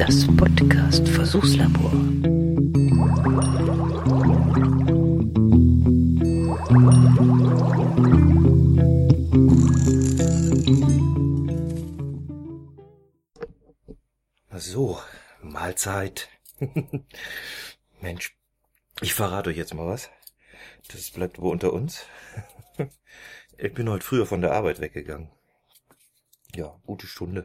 Das Podcast-Versuchslabor. So, Mahlzeit. Mensch, ich verrate euch jetzt mal was. Das bleibt wohl unter uns. Ich bin heute früher von der Arbeit weggegangen. Ja, gute Stunde.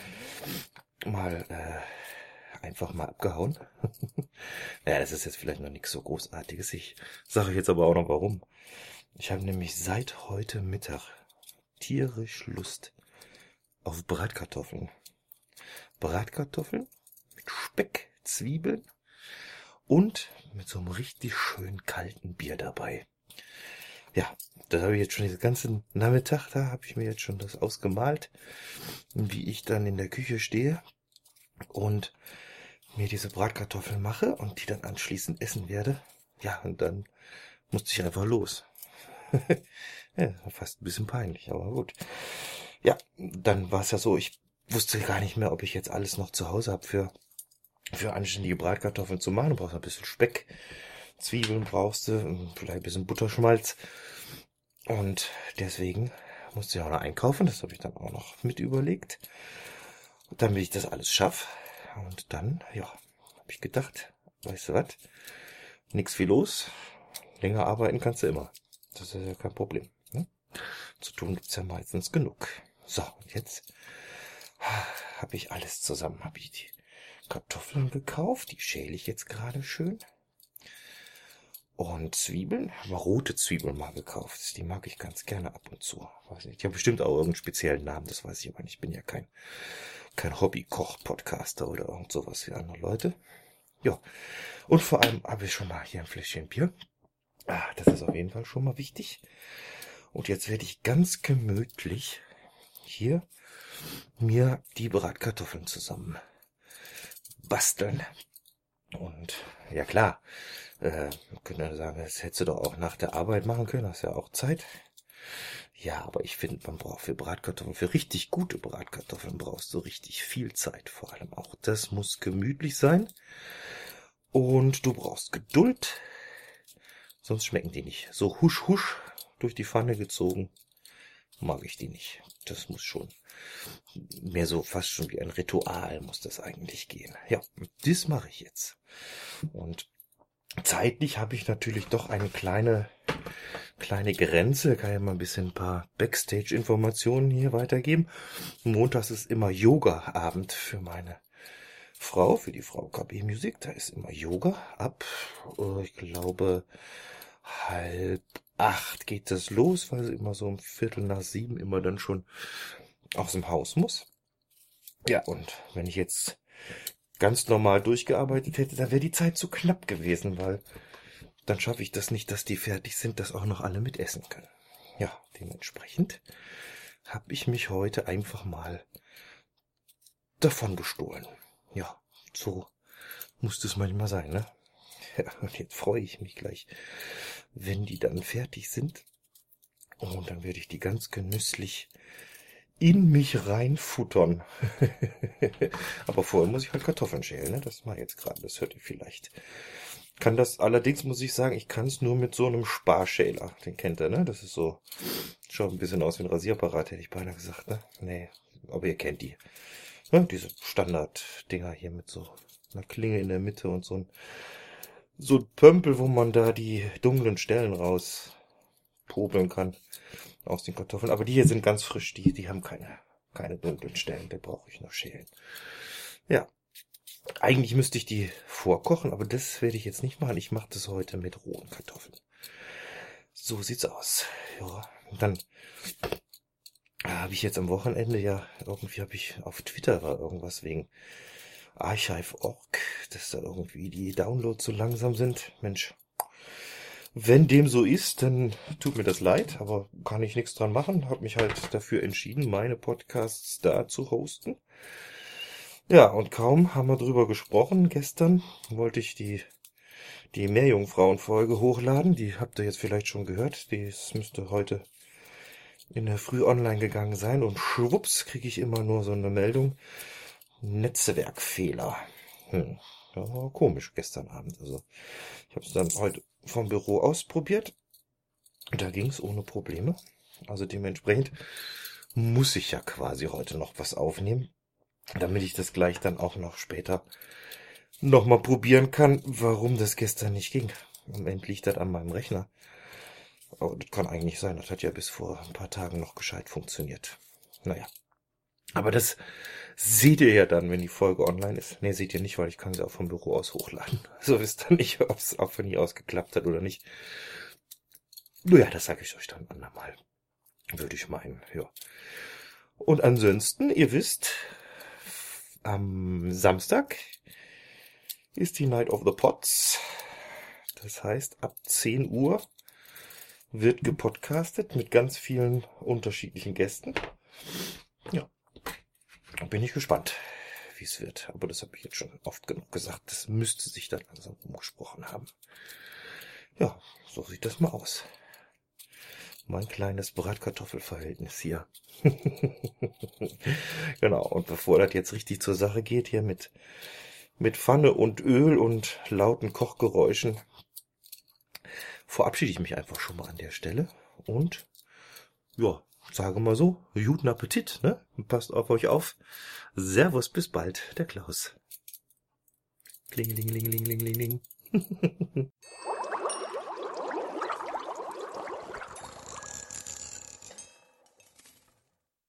Einfach mal abgehauen. Ja, das ist jetzt vielleicht noch nichts so Großartiges. Ich sage jetzt aber auch noch warum. Ich habe nämlich seit heute Mittag tierisch Lust auf Bratkartoffeln. Bratkartoffeln mit Speck, Zwiebeln und mit so einem richtig schön kalten Bier dabei. Ja, das habe ich jetzt schon den ganzen Nachmittag, da habe ich mir jetzt schon das ausgemalt, wie ich dann in der Küche stehe und mir diese Bratkartoffeln mache und die dann anschließend essen werde. Ja, und dann musste ich einfach los. Ja, fast ein bisschen peinlich, aber gut. Ja, dann war es ja so, ich wusste gar nicht mehr, ob ich jetzt alles noch zu Hause habe für anständige Bratkartoffeln zu machen. Du brauchst ein bisschen Speck, Zwiebeln brauchst du, vielleicht ein bisschen Butterschmalz. Und deswegen musste ich auch noch einkaufen. Das habe ich dann auch noch mit überlegt. Und damit ich das alles schaffe. Und dann, ja, habe ich gedacht, weißt du was? Nix viel los. Länger arbeiten kannst du immer. Das ist ja kein Problem. Ne? Zu tun gibt's ja meistens genug. So, und jetzt habe ich alles zusammen. Habe ich die Kartoffeln gekauft. Die schäle ich jetzt gerade schön. Und Zwiebeln, aber rote Zwiebeln mal gekauft. Die mag ich ganz gerne ab und zu. Weiß nicht, die haben bestimmt auch irgendeinen speziellen Namen, das weiß ich aber nicht. Ich bin ja kein Hobby-Koch-Podcaster oder irgend sowas wie andere Leute. Ja, und vor allem habe ich schon mal hier ein Fläschchen Bier. Das ist auf jeden Fall schon mal wichtig. Und jetzt werde ich ganz gemütlich hier mir die Bratkartoffeln zusammen basteln. Und ja klar, können ja sagen, das hättest du doch auch nach der Arbeit machen können, hast ja auch Zeit. Ja, aber ich finde, man braucht für Bratkartoffeln, für richtig gute Bratkartoffeln brauchst du richtig viel Zeit. Vor allem auch das muss gemütlich sein. Und du brauchst Geduld, sonst schmecken die nicht. So husch husch durch die Pfanne gezogen, mag ich die nicht. Das muss schon mehr so fast schon wie ein Ritual muss das eigentlich gehen. Ja, das mache ich jetzt. Und zeitlich habe ich natürlich doch eine kleine Grenze. Kann ja mal ein paar Backstage-Informationen hier weitergeben. Montags ist immer Yoga-Abend für meine Frau, für die Frau KB Music. Da ist immer Yoga ab, ich glaube, 7:30 geht das los, weil sie immer so um 6:45 immer dann schon aus dem Haus muss. Ja, und wenn ich jetzt ganz normal durchgearbeitet hätte, dann wäre die Zeit zu knapp gewesen, weil dann schaffe ich das nicht, dass die fertig sind, dass auch noch alle mitessen können. Ja, dementsprechend habe ich mich heute einfach mal davon gestohlen. Ja, so muss es manchmal sein, ne? Ja, und jetzt freue ich mich gleich, wenn die dann fertig sind. Und dann werde ich die ganz genüsslich in mich reinfuttern. Aber vorher muss ich halt Kartoffeln schälen, ne? Das mache ich jetzt gerade, das hört ihr vielleicht. Kann das, allerdings muss ich sagen, ich kann es nur mit so einem Sparschäler. Den kennt ihr, ne? Das ist so, schaut ein bisschen aus wie ein Rasierapparat, hätte ich beinahe gesagt, ne? Nee, aber ihr kennt die. Ne? Diese Standard-Dinger hier mit so einer Klinge in der Mitte und so ein Pömpel, wo man da die dunklen Stellen rauspobeln kann aus den Kartoffeln. Aber die hier sind ganz frisch, die haben keine dunklen Stellen, die brauche ich noch schälen. Ja, eigentlich müsste ich die vorkochen, aber das werde ich jetzt nicht machen. Ich mache das heute mit rohen Kartoffeln. So sieht's aus. Ja, und dann habe ich jetzt am Wochenende irgendwie habe ich auf Twitter war irgendwas wegen Archive.org, dass da irgendwie die Downloads so langsam sind. Mensch, wenn dem so ist, dann tut mir das leid, aber kann ich nichts dran machen. Habe mich halt dafür entschieden, meine Podcasts da zu hosten. Ja, und kaum haben wir drüber gesprochen. Gestern wollte ich die Meerjungfrauen-Folge hochladen. Die habt ihr jetzt vielleicht schon gehört. Das müsste heute in der Früh online gegangen sein. Und schwupps kriege ich immer nur so eine Meldung. Netzwerkfehler. Ja, war komisch gestern Abend. Also ich habe es dann heute vom Büro aus probiert. Da ging es ohne Probleme. Also dementsprechend muss ich ja quasi heute noch was aufnehmen, damit ich das gleich dann auch noch später nochmal probieren kann, warum das gestern nicht ging. Am Ende liegt das an meinem Rechner. Aber das kann eigentlich sein. Das hat ja bis vor ein paar Tagen noch gescheit funktioniert. Naja. Aber das seht ihr ja dann, wenn die Folge online ist. Ne, seht ihr nicht, weil ich kann sie auch vom Büro aus hochladen. Also wisst ihr nicht, ob es auch von hier aus geklappt hat oder nicht. Naja, das sage ich euch dann andermal. Würde ich meinen, ja. Und ansonsten, ihr wisst, am Samstag ist die Night of the Pods. Das heißt, ab 10 Uhr wird gepodcastet mit ganz vielen unterschiedlichen Gästen. Ja, bin ich gespannt, wie es wird. Aber das habe ich jetzt schon oft genug gesagt. Das müsste sich dann langsam umgesprochen haben. Ja, so sieht das mal aus. Mein kleines Bratkartoffelverhältnis hier. Genau, und bevor das jetzt richtig zur Sache geht, hier mit Pfanne und Öl und lauten Kochgeräuschen, verabschiede ich mich einfach schon mal an der Stelle und ja, sage mal so, guten Appetit, ne? Passt auf euch auf. Servus, bis bald, der Klaus. Klingelingelingelingelingeling.